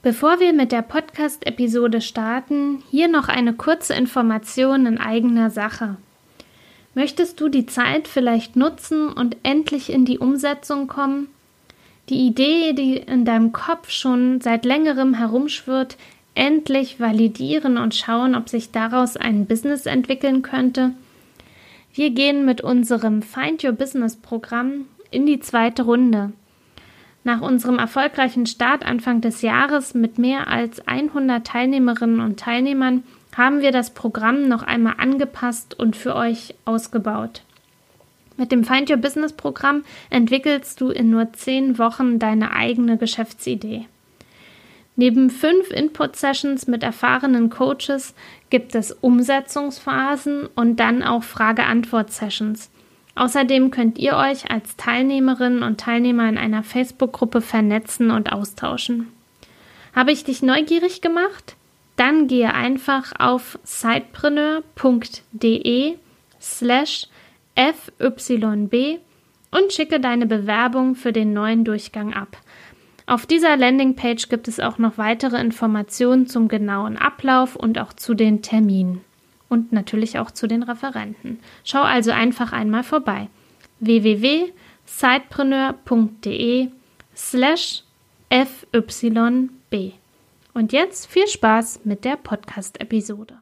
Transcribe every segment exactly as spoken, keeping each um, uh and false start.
Bevor wir mit der Podcast-Episode starten, hier noch eine kurze Information in eigener Sache. Möchtest du die Zeit vielleicht nutzen und endlich in die Umsetzung kommen? Die Idee, die in deinem Kopf schon seit längerem herumschwirrt, endlich validieren und schauen, ob sich daraus ein Business entwickeln könnte? Wir gehen mit unserem Find Your Business Programm in die zweite Runde. Nach unserem erfolgreichen Start Anfang des Jahres mit mehr als hundert Teilnehmerinnen und Teilnehmern haben wir das Programm noch einmal angepasst und für euch ausgebaut. Mit dem Find Your Business Programm entwickelst du in nur zehn Wochen deine eigene Geschäftsidee. Neben fünf Input-Sessions mit erfahrenen Coaches gibt es Umsetzungsphasen und dann auch Frage-Antwort-Sessions. Außerdem könnt ihr euch als Teilnehmerinnen und Teilnehmer in einer Facebook-Gruppe vernetzen und austauschen. Habe ich dich neugierig gemacht? Dann gehe einfach auf sidepreneur.de slash fyb und schicke deine Bewerbung für den neuen Durchgang ab. Auf dieser Landingpage gibt es auch noch weitere Informationen zum genauen Ablauf und auch zu den Terminen. Und natürlich auch zu den Referenten. Schau also einfach einmal vorbei. w w w punkt sidepreneur.de slash fyb. Und jetzt viel Spaß mit der Podcast-Episode.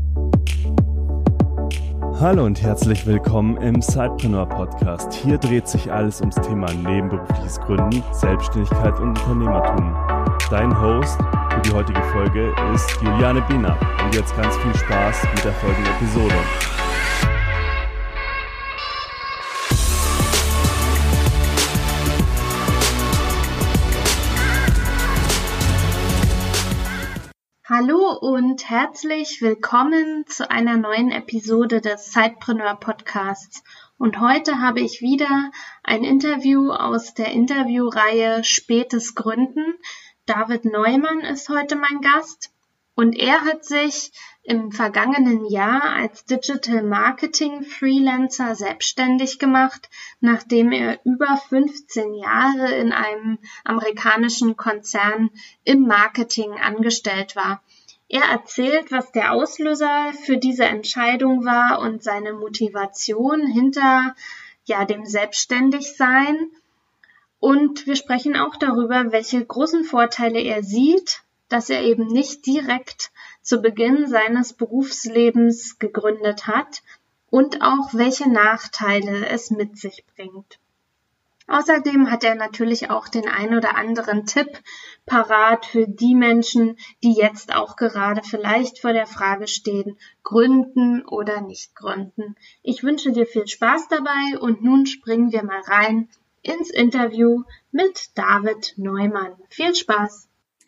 Hallo und herzlich willkommen im Sidepreneur Podcast. Hier dreht sich alles ums Thema nebenberufliches Gründen, Selbstständigkeit und Unternehmertum. Dein Host für die heutige Folge ist Juliane Biener. Und jetzt ganz viel Spaß mit der folgenden Episode. Hallo und herzlich willkommen zu einer neuen Episode des Sidepreneur Podcasts. Und heute habe ich wieder ein Interview aus der Interviewreihe Spätes Gründen. David Neumann ist heute mein Gast und er hat sich im vergangenen Jahr als Digital Marketing Freelancer selbstständig gemacht, nachdem er über fünfzehn Jahre in einem amerikanischen Konzern im Marketing angestellt war. Er erzählt, was der Auslöser für diese Entscheidung war und seine Motivation hinter ja, dem Selbstständigsein. Und wir sprechen auch darüber, welche großen Vorteile er sieht, dass er eben nicht direkt zu Beginn seines Berufslebens gegründet hat und auch welche Nachteile es mit sich bringt. Außerdem hat er natürlich auch den ein oder anderen Tipp parat für die Menschen, die jetzt auch gerade vielleicht vor der Frage stehen, gründen oder nicht gründen. Ich wünsche dir viel Spaß dabei und nun springen wir mal rein ins Interview mit David Neumann. Viel Spaß!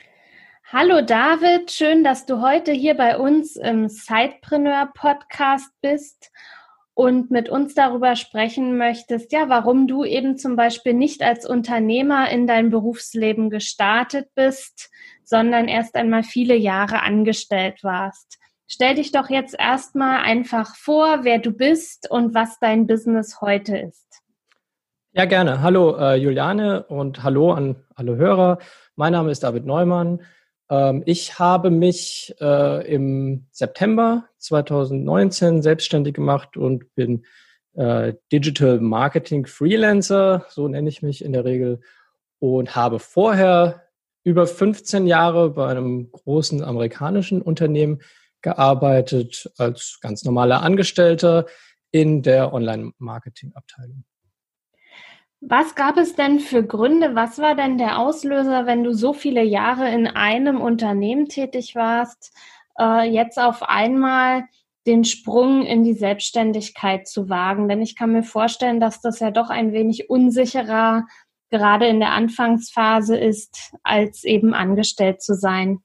Hallo David, schön, dass du heute hier bei uns im Sidepreneur Podcast bist und mit uns darüber sprechen möchtest, ja, warum du eben zum Beispiel nicht als Unternehmer in dein Berufsleben gestartet bist, sondern erst einmal viele Jahre angestellt warst. Stell dich doch jetzt erstmal einfach vor, wer du bist und was dein Business heute ist. Ja, gerne. Hallo äh, Juliane und hallo an alle Hörer. Mein Name ist David Neumann. Ähm, ich habe mich äh, im September zweitausendneunzehn selbstständig gemacht und bin äh, Digital Marketing Freelancer, so nenne ich mich in der Regel, und habe vorher über fünfzehn Jahre bei einem großen amerikanischen Unternehmen gearbeitet als ganz normaler Angestellter in der Online-Marketing-Abteilung. Was gab es denn für Gründe? Was war denn der Auslöser, wenn du so viele Jahre in einem Unternehmen tätig warst, äh, jetzt auf einmal den Sprung in die Selbstständigkeit zu wagen? Denn ich kann mir vorstellen, dass das ja doch ein wenig unsicherer, gerade in der Anfangsphase ist, als eben angestellt zu sein.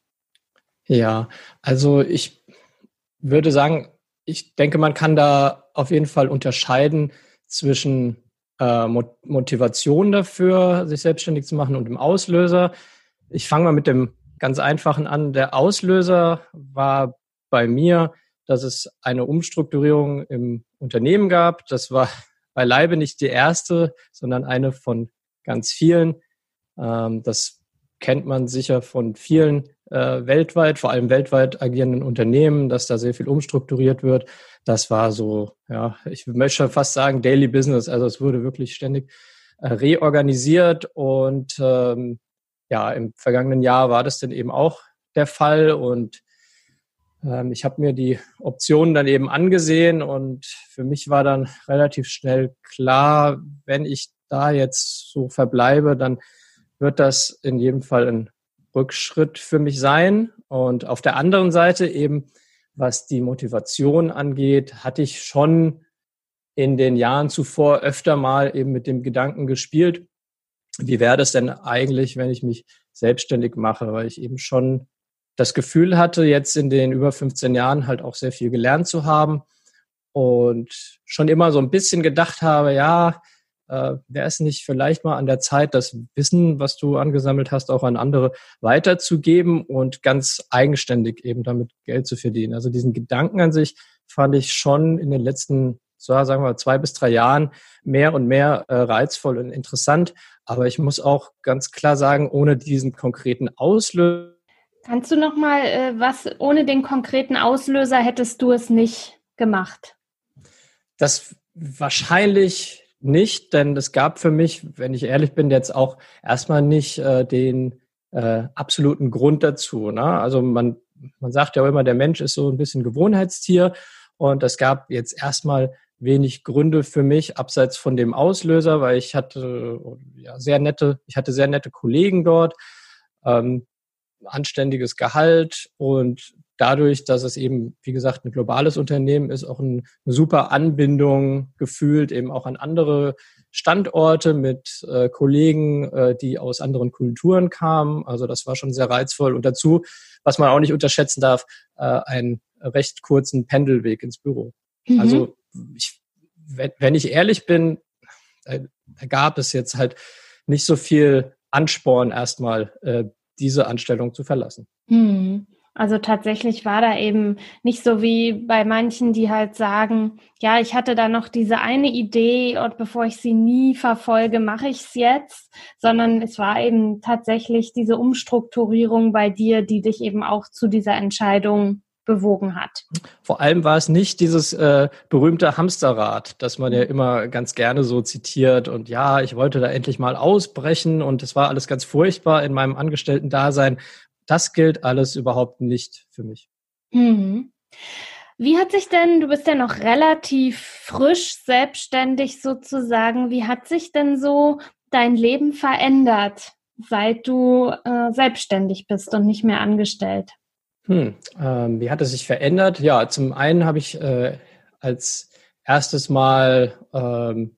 Ja, also ich würde sagen, ich denke, man kann da auf jeden Fall unterscheiden zwischen Motivation dafür, sich selbstständig zu machen und dem Auslöser. Ich fange mal mit dem ganz Einfachen an. Der Auslöser war bei mir, dass es eine Umstrukturierung im Unternehmen gab. Das war beileibe nicht die erste, sondern eine von ganz vielen. Das kennt man sicher von vielen äh, weltweit, vor allem weltweit agierenden Unternehmen, dass da sehr viel umstrukturiert wird. Das war so, ja, ich möchte schon fast sagen Daily Business. Also es wurde wirklich ständig äh, reorganisiert und ähm, ja, im vergangenen Jahr war das dann eben auch der Fall und ähm, ich habe mir die Optionen dann eben angesehen und für mich war dann relativ schnell klar, wenn ich da jetzt so verbleibe, dann wird das in jedem Fall ein Rückschritt für mich sein. Und auf der anderen Seite eben, was die Motivation angeht, hatte ich schon in den Jahren zuvor öfter mal eben mit dem Gedanken gespielt, wie wäre das denn eigentlich, wenn ich mich selbstständig mache, weil ich eben schon das Gefühl hatte, jetzt in den über fünfzehn Jahren halt auch sehr viel gelernt zu haben und schon immer so ein bisschen gedacht habe, ja, äh, wäre es nicht vielleicht mal an der Zeit, das Wissen, was du angesammelt hast, auch an andere weiterzugeben und ganz eigenständig eben damit Geld zu verdienen. Also diesen Gedanken an sich fand ich schon in den letzten, so sagen wir mal, zwei bis drei Jahren mehr und mehr äh, reizvoll und interessant. Aber ich muss auch ganz klar sagen, ohne diesen konkreten Auslöser. Kannst du noch mal, äh, was ohne den konkreten Auslöser hättest du es nicht gemacht? Das wahrscheinlich nicht, denn es gab für mich, wenn ich ehrlich bin, jetzt auch erstmal nicht äh, den äh, absoluten Grund dazu. Ne? Also man, man sagt ja auch immer, der Mensch ist so ein bisschen Gewohnheitstier und es gab jetzt erstmal wenig Gründe für mich, abseits von dem Auslöser, weil ich hatte ja sehr nette, ich hatte sehr nette Kollegen dort, ähm, anständiges Gehalt und dadurch, dass es eben, wie gesagt, ein globales Unternehmen ist, auch ein, eine super Anbindung gefühlt eben auch an andere Standorte mit äh, Kollegen, äh, die aus anderen Kulturen kamen. Also das war schon sehr reizvoll und dazu, was man auch nicht unterschätzen darf, äh, einen recht kurzen Pendelweg ins Büro. Mhm. Also ich, wenn, wenn ich ehrlich bin, da, da gab es jetzt halt nicht so viel Ansporn, erstmal äh, diese Anstellung zu verlassen. Hm. Also tatsächlich war da eben nicht so wie bei manchen, die halt sagen, ja, ich hatte da noch diese eine Idee und bevor ich sie nie verfolge, mache ich es jetzt, sondern es war eben tatsächlich diese Umstrukturierung bei dir, die dich eben auch zu dieser Entscheidung bewogen hat. Vor allem war es nicht dieses äh, berühmte Hamsterrad, das man ja immer ganz gerne so zitiert und ja, ich wollte da endlich mal ausbrechen und es war alles ganz furchtbar in meinem Angestellten-Dasein. Das gilt alles überhaupt nicht für mich. Mhm. Wie hat sich denn, du bist ja noch relativ frisch selbstständig sozusagen, wie hat sich denn so dein Leben verändert, seit du äh, selbstständig bist und nicht mehr angestellt? Hm, ähm, wie hat es sich verändert? Ja, zum einen habe ich äh, als erstes Mal ähm,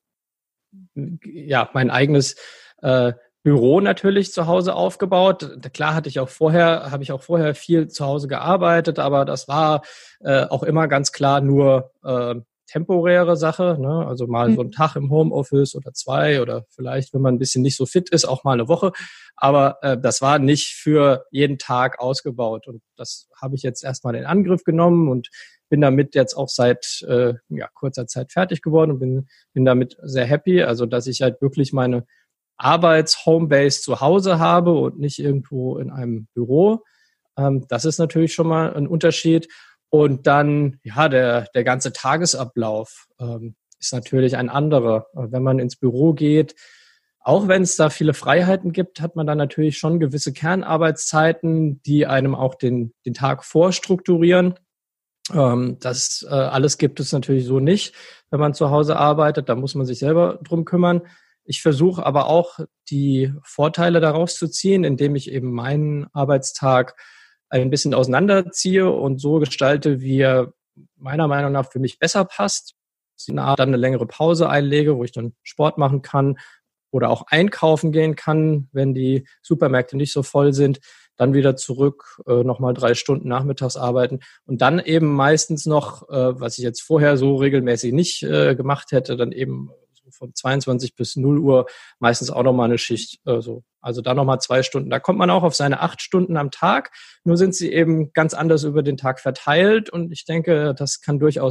ja mein eigenes äh, Büro natürlich zu Hause aufgebaut. Klar hatte ich auch vorher, habe ich auch vorher viel zu Hause gearbeitet, aber das war äh, auch immer ganz klar nur äh, temporäre Sache, ne? Also mal so ein Tag im Homeoffice oder zwei oder vielleicht, wenn man ein bisschen nicht so fit ist, auch mal eine Woche. Aber äh, das war nicht für jeden Tag ausgebaut. Und das habe ich jetzt erstmal in Angriff genommen und bin damit jetzt auch seit äh, ja, kurzer Zeit fertig geworden und bin, bin damit sehr happy. Also, dass ich halt wirklich meine Arbeits-Homebase zu Hause habe und nicht irgendwo in einem Büro. Ähm, das ist natürlich schon mal ein Unterschied. Und dann, ja, der, der ganze Tagesablauf ähm, ist natürlich ein anderer. Wenn man ins Büro geht, auch wenn es da viele Freiheiten gibt, hat man dann natürlich schon gewisse Kernarbeitszeiten, die einem auch den, den Tag vorstrukturieren. Ähm, das äh, alles gibt es natürlich so nicht, wenn man zu Hause arbeitet. Da muss man sich selber drum kümmern. Ich versuche aber auch, die Vorteile daraus zu ziehen, indem ich eben meinen Arbeitstag ein bisschen auseinanderziehe und so gestalte, wie er meiner Meinung nach für mich besser passt. Dann eine längere Pause einlege, wo ich dann Sport machen kann oder auch einkaufen gehen kann, wenn die Supermärkte nicht so voll sind. Dann wieder zurück, äh, nochmal drei Stunden nachmittags arbeiten und dann eben meistens noch, äh, was ich jetzt vorher so regelmäßig nicht äh, gemacht hätte, dann eben von zweiundzwanzig bis null Uhr meistens auch nochmal eine Schicht. Äh, so. Also da nochmal zwei Stunden. Da kommt man auch auf seine acht Stunden am Tag. Nur sind sie eben ganz anders über den Tag verteilt. Und ich denke, das kann durchaus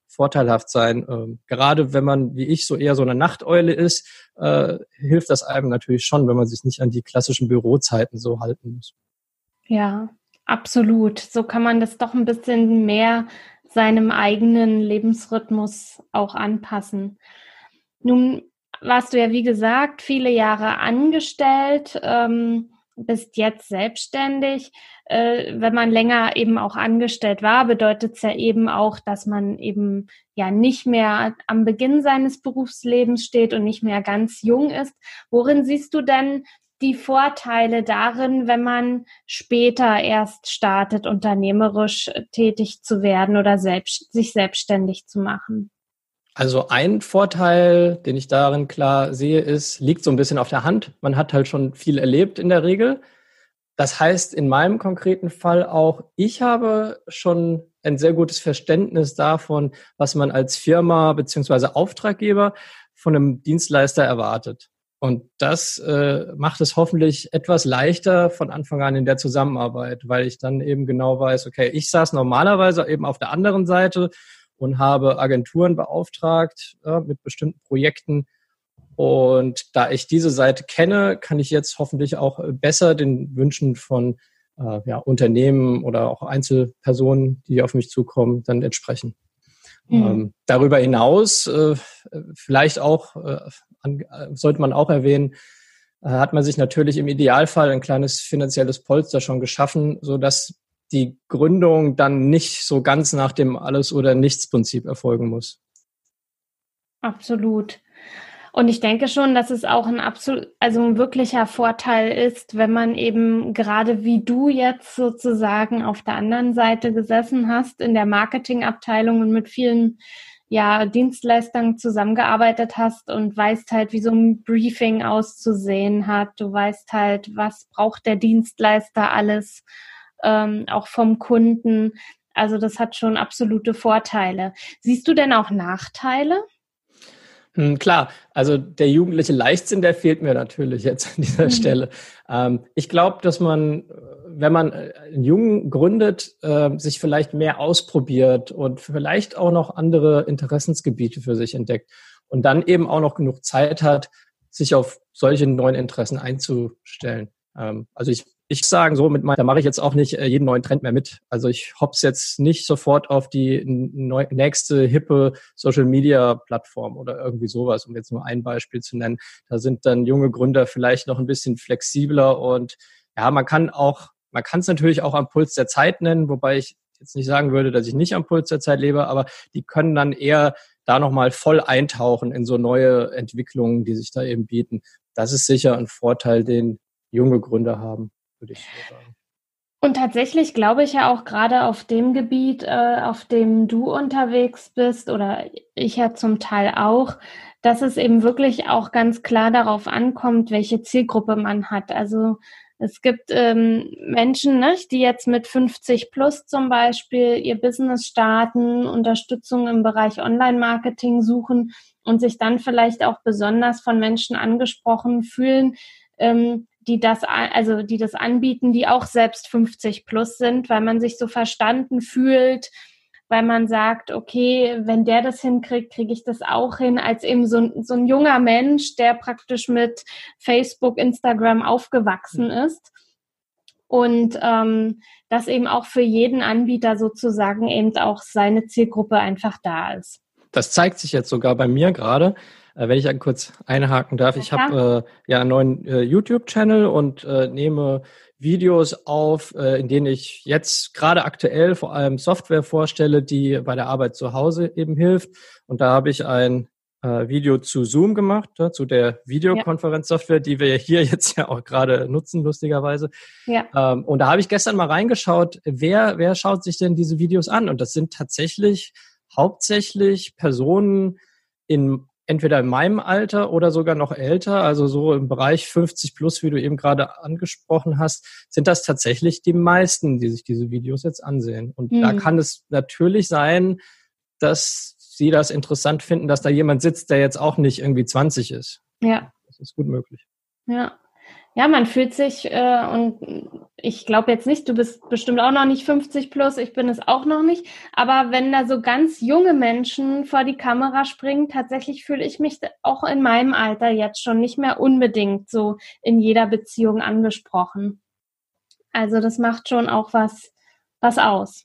vorteilhaft sein. Ähm, gerade wenn man, wie ich, so eher so eine Nachteule ist, äh, hilft das einem natürlich schon, wenn man sich nicht an die klassischen Bürozeiten so halten muss. Ja, absolut. So kann man das doch ein bisschen mehr seinem eigenen Lebensrhythmus auch anpassen. Nun warst du ja, wie gesagt, viele Jahre angestellt, ähm, bist jetzt selbstständig. Äh, wenn man länger eben auch angestellt war, bedeutet es ja eben auch, dass man eben ja nicht mehr am Beginn seines Berufslebens steht und nicht mehr ganz jung ist. Worin siehst du denn die Vorteile darin, wenn man später erst startet, unternehmerisch tätig zu werden oder selbst, sich selbstständig zu machen? Also ein Vorteil, den ich darin klar sehe, ist, liegt so ein bisschen auf der Hand. Man hat halt schon viel erlebt in der Regel. Das heißt, in meinem konkreten Fall auch, ich habe schon ein sehr gutes Verständnis davon, was man als Firma beziehungsweise Auftraggeber von einem Dienstleister erwartet. Und das äh, macht es hoffentlich etwas leichter von Anfang an in der Zusammenarbeit, weil ich dann eben genau weiß, okay, ich saß normalerweise eben auf der anderen Seite und habe Agenturen beauftragt äh, mit bestimmten Projekten. Und da ich diese Seite kenne, kann ich jetzt hoffentlich auch besser den Wünschen von äh, ja, Unternehmen oder auch Einzelpersonen, die auf mich zukommen, dann entsprechen. Mhm. Ähm, darüber hinaus, äh, vielleicht auch, äh, an, sollte man auch erwähnen, äh, hat man sich natürlich im Idealfall ein kleines finanzielles Polster schon geschaffen, sodass die Gründung dann nicht so ganz nach dem Alles- oder Nichts-Prinzip erfolgen muss. Absolut. Und ich denke schon, dass es auch ein absolut, also ein wirklicher Vorteil ist, wenn man eben gerade wie du jetzt sozusagen auf der anderen Seite gesessen hast, in der Marketingabteilung und mit vielen ja, Dienstleistern zusammengearbeitet hast und weißt halt, wie so ein Briefing auszusehen hat. Du weißt halt, was braucht der Dienstleister alles, ähm, auch vom Kunden. Also das hat schon absolute Vorteile. Siehst du denn auch Nachteile? Hm, klar, also der jugendliche Leichtsinn, der fehlt mir natürlich jetzt an dieser mhm. Stelle. Ähm, ich glaube, dass man, wenn man einen Jungen gründet, äh, sich vielleicht mehr ausprobiert und vielleicht auch noch andere Interessensgebiete für sich entdeckt und dann eben auch noch genug Zeit hat, sich auf solche neuen Interessen einzustellen. Ähm, also ich Ich sagen so, mit mein, da mache ich jetzt auch nicht äh, jeden neuen Trend mehr mit. Also ich hopp's jetzt nicht sofort auf die neu, nächste hippe Social-Media-Plattform oder irgendwie sowas, um jetzt nur ein Beispiel zu nennen. Da sind dann junge Gründer vielleicht noch ein bisschen flexibler und ja, man kann auch, man kann es natürlich auch am Puls der Zeit nennen, wobei ich jetzt nicht sagen würde, dass ich nicht am Puls der Zeit lebe, aber die können dann eher da nochmal voll eintauchen in so neue Entwicklungen, die sich da eben bieten. Das ist sicher ein Vorteil, den junge Gründer haben, würde ich so sagen. Und tatsächlich glaube ich ja auch gerade auf dem Gebiet, äh, auf dem du unterwegs bist oder ich ja zum Teil auch, dass es eben wirklich auch ganz klar darauf ankommt, welche Zielgruppe man hat. Also es gibt ähm, Menschen, ne, die jetzt mit fünfzig plus zum Beispiel ihr Business starten, Unterstützung im Bereich Online-Marketing suchen und sich dann vielleicht auch besonders von Menschen angesprochen fühlen, ähm, die das, also die das anbieten, die auch selbst fünfzig plus sind, weil man sich so verstanden fühlt, weil man sagt, okay, wenn der das hinkriegt, kriege ich das auch hin, als eben so, so ein junger Mensch, der praktisch mit Facebook, Instagram aufgewachsen ist. Und ähm, dass eben auch für jeden Anbieter sozusagen eben auch seine Zielgruppe einfach da ist. Das zeigt sich jetzt sogar bei mir gerade. Wenn ich dann kurz einhaken darf, ich habe äh, ja einen neuen äh, YouTube-Channel und äh, nehme Videos auf, äh, in denen ich jetzt gerade aktuell vor allem Software vorstelle, die bei der Arbeit zu Hause eben hilft. Und da habe ich ein äh, Video zu Zoom gemacht, ja, zu der Videokonferenzsoftware, die wir hier jetzt ja auch gerade nutzen, lustigerweise. Ja. Ähm, und da habe ich gestern mal reingeschaut, wer, wer schaut sich denn diese Videos an? Und das sind tatsächlich hauptsächlich Personen in entweder in meinem Alter oder sogar noch älter, also so im Bereich fünfzig plus, wie du eben gerade angesprochen hast, sind das tatsächlich die meisten, die sich diese Videos jetzt ansehen. Und mhm. da kann es natürlich sein, dass sie das interessant finden, dass da jemand sitzt, der jetzt auch nicht irgendwie zwanzig ist. Ja. Das ist gut möglich. Ja. Ja, man fühlt sich, äh, und ich glaube jetzt nicht, du bist bestimmt auch noch nicht fünfzig plus, ich bin es auch noch nicht, aber wenn da so ganz junge Menschen vor die Kamera springen, tatsächlich fühle ich mich auch in meinem Alter jetzt schon nicht mehr unbedingt so in jeder Beziehung angesprochen. Also das macht schon auch was, was aus.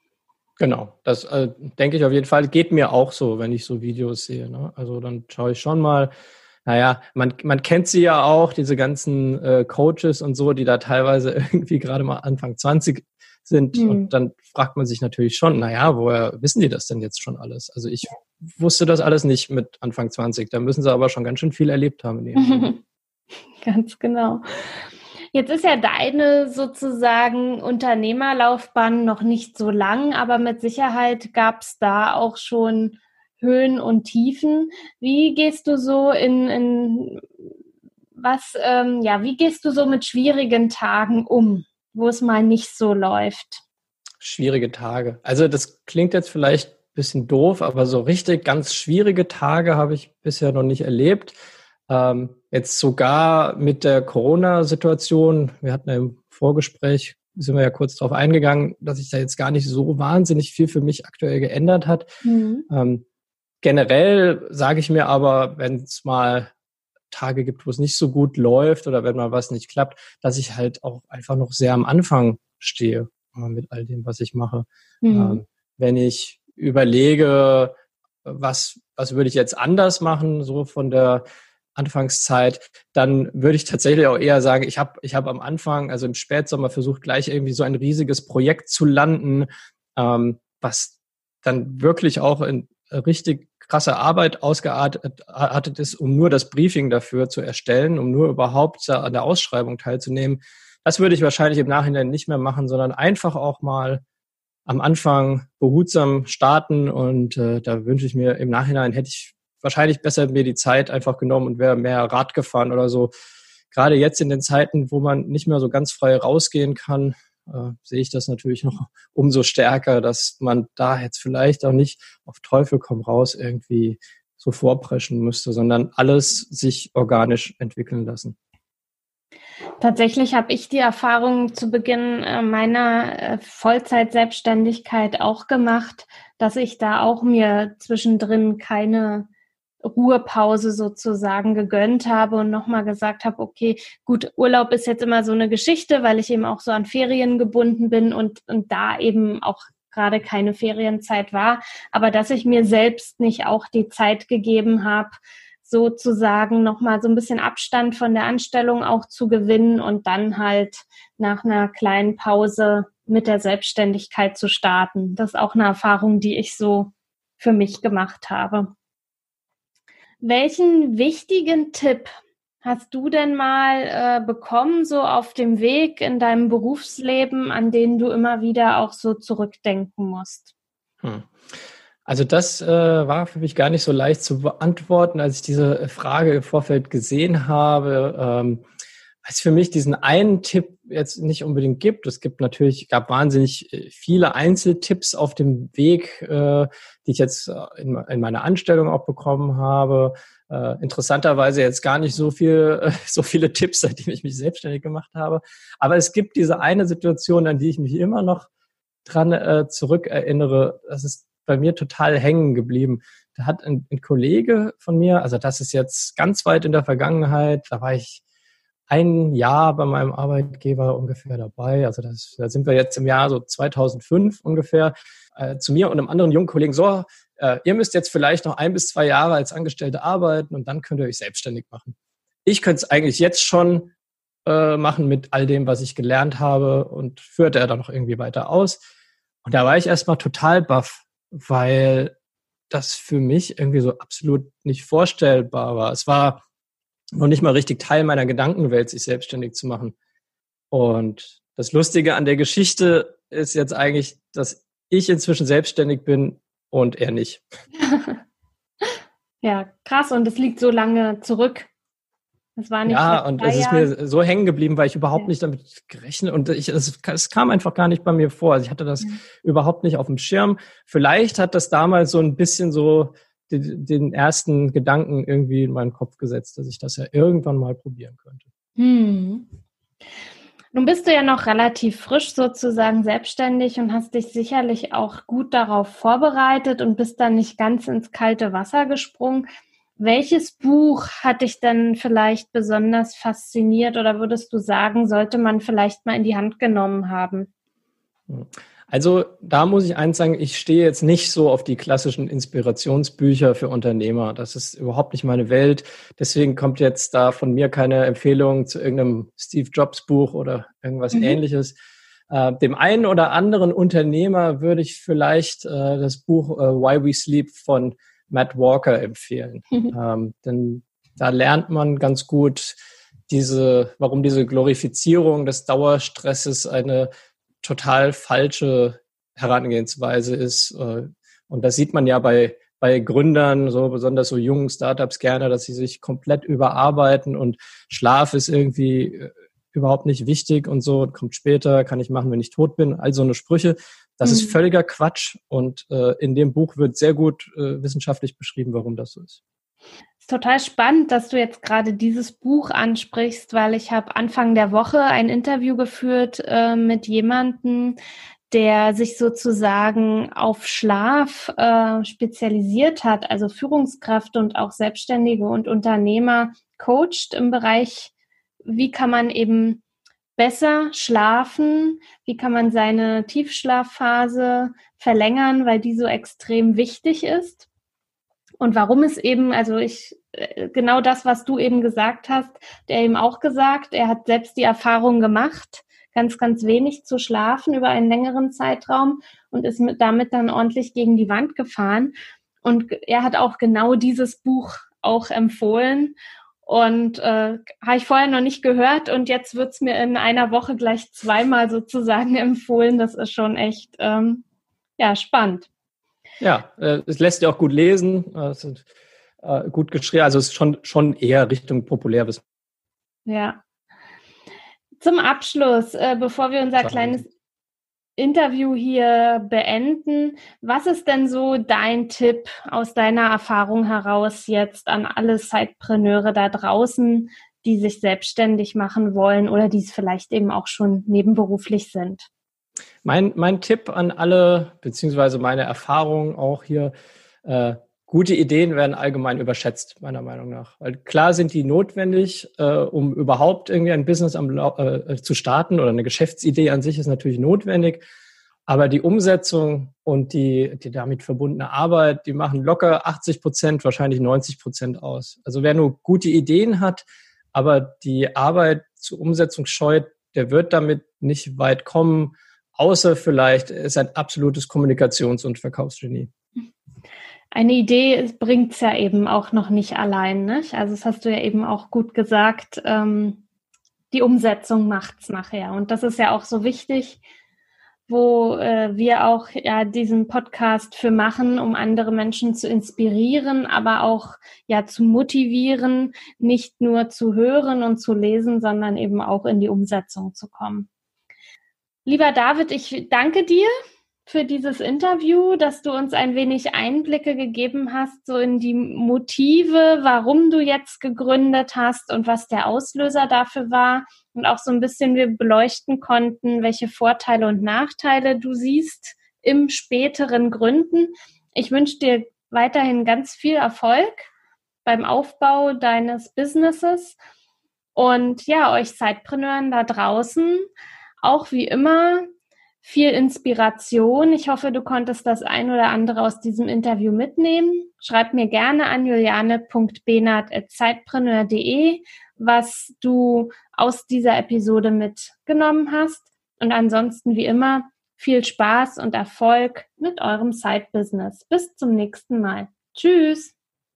Genau, das äh, denke ich auf jeden Fall. Geht mir auch so, wenn ich so Videos sehe. Ne? Also dann schaue ich schon mal. Naja, man, man kennt sie ja auch, diese ganzen äh, Coaches und so, die da teilweise irgendwie gerade mal Anfang zwanzig sind. Mhm. Und dann fragt man sich natürlich schon, naja, woher wissen die das denn jetzt schon alles? Also ich wusste das alles nicht mit Anfang zwanzig. Da müssen sie aber schon ganz schön viel erlebt haben in ihrem Leben. Ganz genau. Jetzt ist ja deine sozusagen Unternehmerlaufbahn noch nicht so lang, aber mit Sicherheit gab es da auch schon Höhen und Tiefen. Wie gehst du so in, in was, ähm, ja, wie gehst du so mit schwierigen Tagen um, wo es mal nicht so läuft? Schwierige Tage. Also das klingt jetzt vielleicht ein bisschen doof, aber so richtig ganz schwierige Tage habe ich bisher noch nicht erlebt. Ähm, jetzt sogar mit der Corona-Situation, wir hatten ja im Vorgespräch, sind wir ja kurz darauf eingegangen, dass sich da jetzt gar nicht so wahnsinnig viel für mich aktuell geändert hat. Mhm. Ähm, generell sage ich mir aber, wenn es mal Tage gibt, wo es nicht so gut läuft oder wenn mal was nicht klappt, dass ich halt auch einfach noch sehr am Anfang stehe äh, mit all dem, was ich mache. Mhm. Ähm, wenn ich überlege, was, was würde ich jetzt anders machen, so von der Anfangszeit, dann würde ich tatsächlich auch eher sagen, ich habe ich hab am Anfang, also im Spätsommer, versucht, gleich irgendwie so ein riesiges Projekt zu landen, ähm, was dann wirklich auch in richtig krasse Arbeit ausgeartet ist, um nur das Briefing dafür zu erstellen, um nur überhaupt an der Ausschreibung teilzunehmen. Das würde ich wahrscheinlich im Nachhinein nicht mehr machen, sondern einfach auch mal am Anfang behutsam starten und äh, da wünsche ich mir im Nachhinein, hätte ich wahrscheinlich besser mir die Zeit einfach genommen und wäre mehr Rad gefahren oder so. Gerade jetzt in den Zeiten, wo man nicht mehr so ganz frei rausgehen kann, äh, sehe ich das natürlich noch umso stärker, dass man da jetzt vielleicht auch nicht auf Teufel komm raus irgendwie so vorpreschen müsste, sondern alles sich organisch entwickeln lassen. Tatsächlich habe ich die Erfahrung zu Beginn meiner Vollzeit-Selbstständigkeit auch gemacht, dass ich da auch mir zwischendrin keine Ruhepause sozusagen gegönnt habe und nochmal gesagt habe, okay, gut, Urlaub ist jetzt immer so eine Geschichte, weil ich eben auch so an Ferien gebunden bin und, und da eben auch gerade keine Ferienzeit war, aber dass ich mir selbst nicht auch die Zeit gegeben habe, sozusagen nochmal so ein bisschen Abstand von der Anstellung auch zu gewinnen und dann halt nach einer kleinen Pause mit der Selbstständigkeit zu starten. Das ist auch eine Erfahrung, die ich so für mich gemacht habe. Welchen wichtigen Tipp hast du denn mal äh, bekommen, so auf dem Weg in deinem Berufsleben, an den du immer wieder auch so zurückdenken musst? Hm. Also das äh, war für mich gar nicht so leicht zu beantworten, als ich diese Frage im Vorfeld gesehen habe, ähm, weil es für mich diesen einen Tipp jetzt nicht unbedingt gibt. Es gibt natürlich, gab wahnsinnig viele Einzeltipps auf dem Weg, äh, die ich jetzt in, in meiner Anstellung auch bekommen habe. Äh, interessanterweise jetzt gar nicht so viel, äh, so viele Tipps, seitdem ich mich selbstständig gemacht habe. Aber es gibt diese eine Situation, an die ich mich immer noch dran äh, zurückerinnere. Das ist bei mir total hängen geblieben. Da hat ein, ein Kollege von mir, also das ist jetzt ganz weit in der Vergangenheit, da war ich ein Jahr bei meinem Arbeitgeber ungefähr dabei, also das, da sind wir jetzt im Jahr so zweitausendfünf ungefähr, äh, zu mir und einem anderen jungen Kollegen, so, äh, ihr müsst jetzt vielleicht noch ein bis zwei Jahre als Angestellte arbeiten und dann könnt ihr euch selbstständig machen. Ich könnte es eigentlich jetzt schon äh, machen mit all dem, was ich gelernt habe und führte er dann noch irgendwie weiter aus. Und da war ich erstmal total baff, weil das für mich irgendwie so absolut nicht vorstellbar war. Es war noch nicht mal richtig Teil meiner Gedankenwelt, sich selbstständig zu machen. Und das Lustige an der Geschichte ist jetzt eigentlich, dass ich inzwischen selbstständig bin und er nicht. Ja, krass. Und das liegt so lange zurück. Das war nicht ja, und es ist mir so hängen geblieben, weil ich überhaupt ja. nicht damit gerechnet und ich, es, es kam einfach gar nicht bei mir vor. Also ich hatte das ja. überhaupt nicht auf dem Schirm. Vielleicht hat das damals so ein bisschen so den, den ersten Gedanken irgendwie in meinen Kopf gesetzt, dass ich das ja irgendwann mal probieren könnte. Hm. Nun bist du ja noch relativ frisch sozusagen selbstständig und hast dich sicherlich auch gut darauf vorbereitet und bist dann nicht ganz ins kalte Wasser gesprungen. Welches Buch hat dich denn vielleicht besonders fasziniert oder würdest du sagen, sollte man vielleicht mal in die Hand genommen haben? Also da muss ich eins sagen, ich stehe jetzt nicht so auf die klassischen Inspirationsbücher für Unternehmer. Das ist überhaupt nicht meine Welt. Deswegen kommt jetzt da von mir keine Empfehlung zu irgendeinem Steve Jobs Buch oder irgendwas mhm. Ähnliches. Äh, dem einen oder anderen Unternehmer würde ich vielleicht äh, das Buch äh, Why We Sleep von Matt Walker empfehlen. Mhm. Ähm, denn da lernt man ganz gut diese, warum diese Glorifizierung des Dauerstresses eine total falsche Herangehensweise ist. Und das sieht man ja bei, bei Gründern, so besonders so jungen Startups gerne, dass sie sich komplett überarbeiten und Schlaf ist irgendwie überhaupt nicht wichtig und so, kommt später, kann ich machen, wenn ich tot bin. All so eine Sprüche. Das mhm. ist völliger Quatsch und äh, in dem Buch wird sehr gut äh, wissenschaftlich beschrieben, warum das so ist. Es ist total spannend, dass du jetzt gerade dieses Buch ansprichst, weil ich habe Anfang der Woche ein Interview geführt äh, mit jemandem, der sich sozusagen auf Schlaf äh, spezialisiert hat, also Führungskraft und auch Selbstständige und Unternehmer coacht im Bereich, wie kann man eben besser schlafen, wie kann man seine Tiefschlafphase verlängern, weil die so extrem wichtig ist. Und warum es eben, also ich, genau das, was du eben gesagt hast, der eben auch gesagt, er hat selbst die Erfahrung gemacht, ganz, ganz wenig zu schlafen über einen längeren Zeitraum und ist mit, damit dann ordentlich gegen die Wand gefahren. Und er hat auch genau dieses Buch auch empfohlen. Und äh, habe ich vorher noch nicht gehört und jetzt wird's mir in einer Woche gleich zweimal sozusagen empfohlen. Das ist schon echt ähm, ja spannend. Ja, äh, es lässt sich auch gut lesen, äh, es ist äh, gut geschrieben, also es ist schon, schon eher Richtung Populärwissen. Ja. Zum Abschluss, äh, bevor wir unser kleines Interview hier beenden, was ist denn so dein Tipp aus deiner Erfahrung heraus jetzt an alle Sidepreneure da draußen, die sich selbstständig machen wollen oder die es vielleicht eben auch schon nebenberuflich sind? Mein, mein Tipp an alle, beziehungsweise meine Erfahrung auch hier, äh, gute Ideen werden allgemein überschätzt, meiner Meinung nach. Weil klar sind die notwendig, äh, um überhaupt irgendwie ein Business am, äh, zu starten oder eine Geschäftsidee an sich ist natürlich notwendig. Aber die Umsetzung und die, die damit verbundene Arbeit, die machen locker achtzig Prozent, wahrscheinlich neunzig Prozent aus. Also wer nur gute Ideen hat, aber die Arbeit zur Umsetzung scheut, der wird damit nicht weit kommen, außer vielleicht ist ein absolutes Kommunikations- und Verkaufsgenie. Eine Idee bringt es ja eben auch noch nicht allein, nicht? Also das hast du ja eben auch gut gesagt, ähm, die Umsetzung macht's nachher. Und das ist ja auch so wichtig, wo äh, wir auch ja diesen Podcast für machen, um andere Menschen zu inspirieren, aber auch ja zu motivieren, nicht nur zu hören und zu lesen, sondern eben auch in die Umsetzung zu kommen. Lieber David, ich danke dir für dieses Interview, dass du uns ein wenig Einblicke gegeben hast, so in die Motive, warum du jetzt gegründet hast und was der Auslöser dafür war und auch so ein bisschen wir beleuchten konnten, welche Vorteile und Nachteile du siehst im späteren Gründen. Ich wünsche dir weiterhin ganz viel Erfolg beim Aufbau deines Businesses und ja, euch Sidepreneuren da draußen auch wie immer viel Inspiration. Ich hoffe, du konntest das ein oder andere aus diesem Interview mitnehmen. Schreib mir gerne an juliane punkt behnert at sidepreneur punkt de, was du aus dieser Episode mitgenommen hast. Und ansonsten wie immer viel Spaß und Erfolg mit eurem Side-Business. Bis zum nächsten Mal. Tschüss!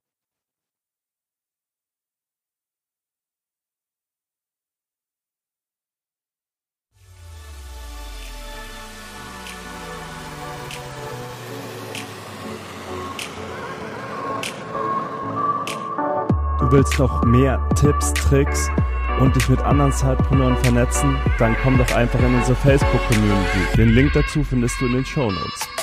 Du willst noch mehr Tipps, Tricks und dich mit anderen Sidepreneuren vernetzen? Dann komm doch einfach in unsere Facebook-Community. Den Link dazu findest du in den Shownotes.